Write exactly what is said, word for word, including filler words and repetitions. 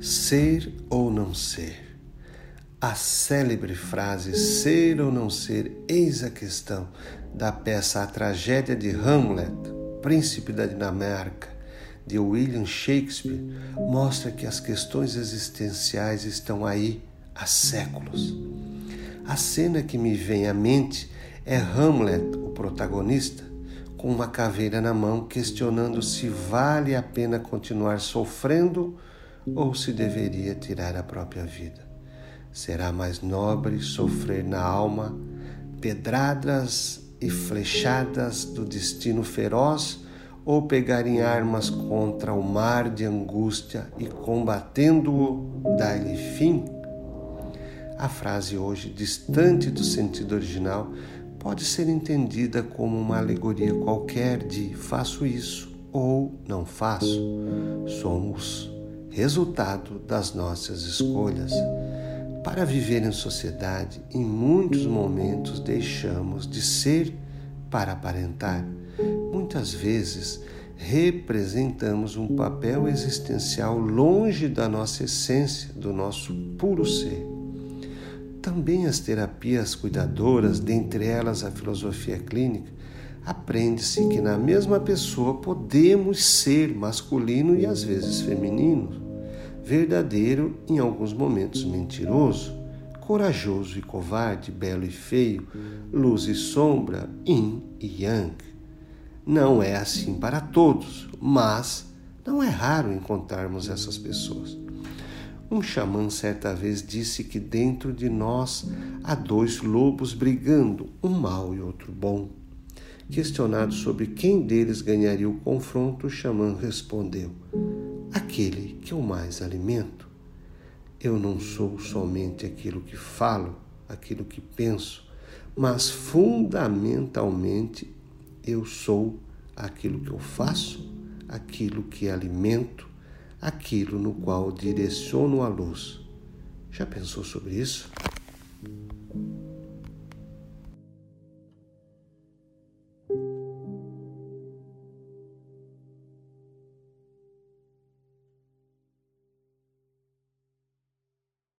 Ser ou não ser? A célebre frase ser ou não ser, eis a questão, da peça A Tragédia de Hamlet, Príncipe da Dinamarca, de William Shakespeare, mostra que as questões existenciais estão aí há séculos. A cena que me vem à mente é Hamlet, o protagonista, com uma caveira na mão, questionando se vale a pena continuar sofrendo ou se deveria tirar a própria vida. Será mais nobre sofrer na alma pedradas e flechadas do destino feroz ou pegar em armas contra o mar de angústia e combatendo-o, dar-lhe fim? A frase hoje, distante do sentido original, pode ser entendida como uma alegoria qualquer de faço isso ou não faço. Somos resultado das nossas escolhas. Para viver em sociedade, em muitos momentos deixamos de ser para aparentar. Muitas vezes representamos um papel existencial longe da nossa essência, do nosso puro ser. Também as terapias cuidadoras, dentre elas a filosofia clínica, aprende-se que na mesma pessoa podemos ser masculino e às vezes feminino, verdadeiro em alguns momentos mentiroso, corajoso e covarde, belo e feio, luz e sombra, yin e yang. Não é assim para todos, mas não é raro encontrarmos essas pessoas. Um xamã certa vez disse que dentro de nós há dois lobos brigando, um mau e outro bom. Questionado sobre quem deles ganharia o confronto, o xamã respondeu: aquele que eu mais alimento. Eu não sou somente aquilo que falo, aquilo que penso, mas fundamentalmente eu sou aquilo que eu faço, aquilo que alimento, aquilo no qual direciono a luz. Já pensou sobre isso?